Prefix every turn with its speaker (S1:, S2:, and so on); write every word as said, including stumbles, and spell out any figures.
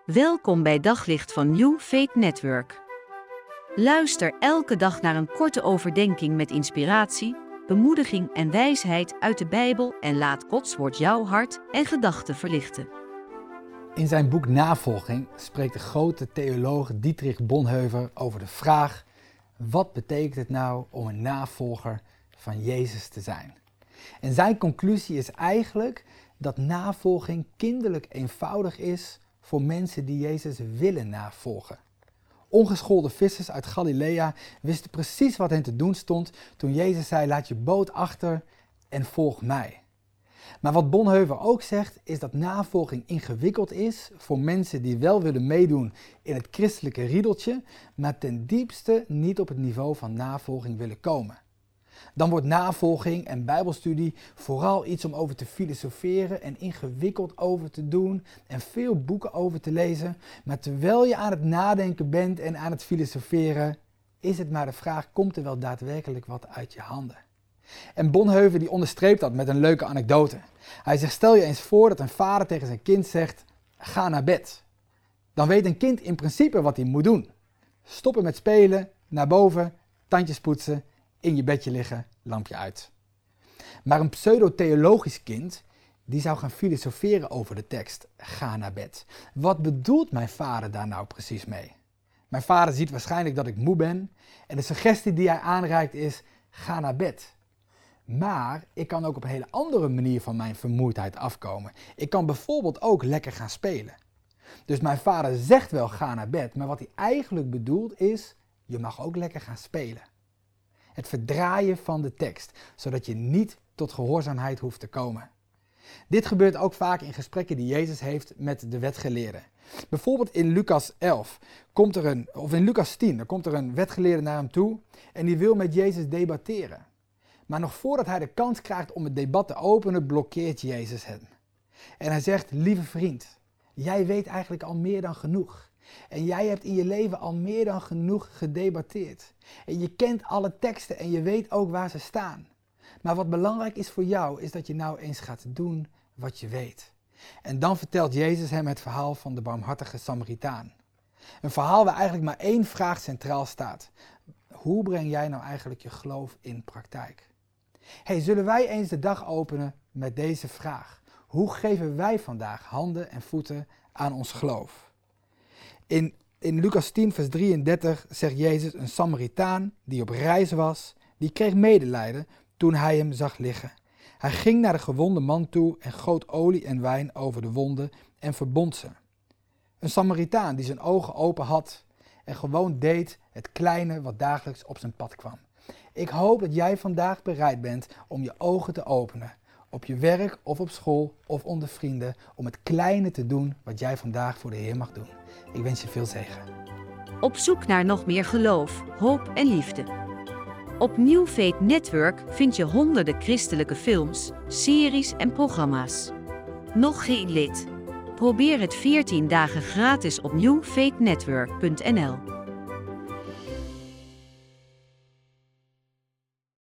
S1: Welkom bij Daglicht van New Faith Network. Luister elke dag naar een korte overdenking met inspiratie, bemoediging en wijsheid uit de Bijbel en laat Gods woord jouw hart en gedachten verlichten.
S2: In zijn boek Navolging spreekt de grote theoloog Dietrich Bonhoeffer over de vraag: wat betekent het nou om een navolger van Jezus te zijn? En zijn conclusie is eigenlijk dat navolging kinderlijk eenvoudig is voor mensen die Jezus willen navolgen. Ongeschoolde vissers uit Galilea wisten precies wat hen te doen stond toen Jezus zei: laat je boot achter en volg mij. Maar wat Bonhoeffer ook zegt, is dat navolging ingewikkeld is voor mensen die wel willen meedoen in het christelijke riedeltje, maar ten diepste niet op het niveau van navolging willen komen. Dan wordt navolging en bijbelstudie vooral iets om over te filosoferen en ingewikkeld over te doen en veel boeken over te lezen. Maar terwijl je aan het nadenken bent en aan het filosoferen, is het maar de vraag: komt er wel daadwerkelijk wat uit je handen? En Bonhoeffer die onderstreept dat met een leuke anekdote. Hij zegt: stel je eens voor dat een vader tegen zijn kind zegt: ga naar bed. Dan weet een kind in principe wat hij moet doen. Stoppen met spelen, naar boven, tandjes poetsen, in je bedje liggen, lampje uit. Maar een pseudo-theologisch kind, die zou gaan filosoferen over de tekst: ga naar bed. Wat bedoelt mijn vader daar nou precies mee? Mijn vader ziet waarschijnlijk dat ik moe ben en de suggestie die hij aanreikt is: ga naar bed. Maar ik kan ook op een hele andere manier van mijn vermoeidheid afkomen. Ik kan bijvoorbeeld ook lekker gaan spelen. Dus mijn vader zegt wel: ga naar bed, maar wat hij eigenlijk bedoelt is: je mag ook lekker gaan spelen. Het verdraaien van de tekst, zodat je niet tot gehoorzaamheid hoeft te komen. Dit gebeurt ook vaak in gesprekken die Jezus heeft met de wetgeleerden. Bijvoorbeeld in Lucas elf, komt er een, of in Lucas tien, dan komt er een wetgeleerde naar hem toe en die wil met Jezus debatteren. Maar nog voordat hij de kans krijgt om het debat te openen, blokkeert Jezus hem. En hij zegt: lieve vriend, jij weet eigenlijk al meer dan genoeg. En jij hebt in je leven al meer dan genoeg gedebatteerd. En je kent alle teksten en je weet ook waar ze staan. Maar wat belangrijk is voor jou, is dat je nou eens gaat doen wat je weet. En dan vertelt Jezus hem het verhaal van de barmhartige Samaritaan. Een verhaal waar eigenlijk maar één vraag centraal staat: hoe breng jij nou eigenlijk je geloof in praktijk? Hey, zullen wij eens de dag openen met deze vraag? Hoe geven wij vandaag handen en voeten aan ons geloof? In, in Lucas tien vers drieëndertig zegt Jezus: een Samaritaan die op reis was, die kreeg medelijden toen hij hem zag liggen. Hij ging naar de gewonde man toe en goot olie en wijn over de wonden en verbond ze. Een Samaritaan die zijn ogen open had en gewoon deed het kleine wat dagelijks op zijn pad kwam. Ik hoop dat jij vandaag bereid bent om je ogen te openen. Op je werk of op school of onder vrienden, om het kleine te doen wat jij vandaag voor de Heer mag doen. Ik wens je veel zegen.
S1: Op zoek naar nog meer geloof, hoop en liefde. Op New Faith Network vind je honderden christelijke films, series en programma's. Nog geen lid? Probeer het veertien dagen gratis op new faith network punt n l.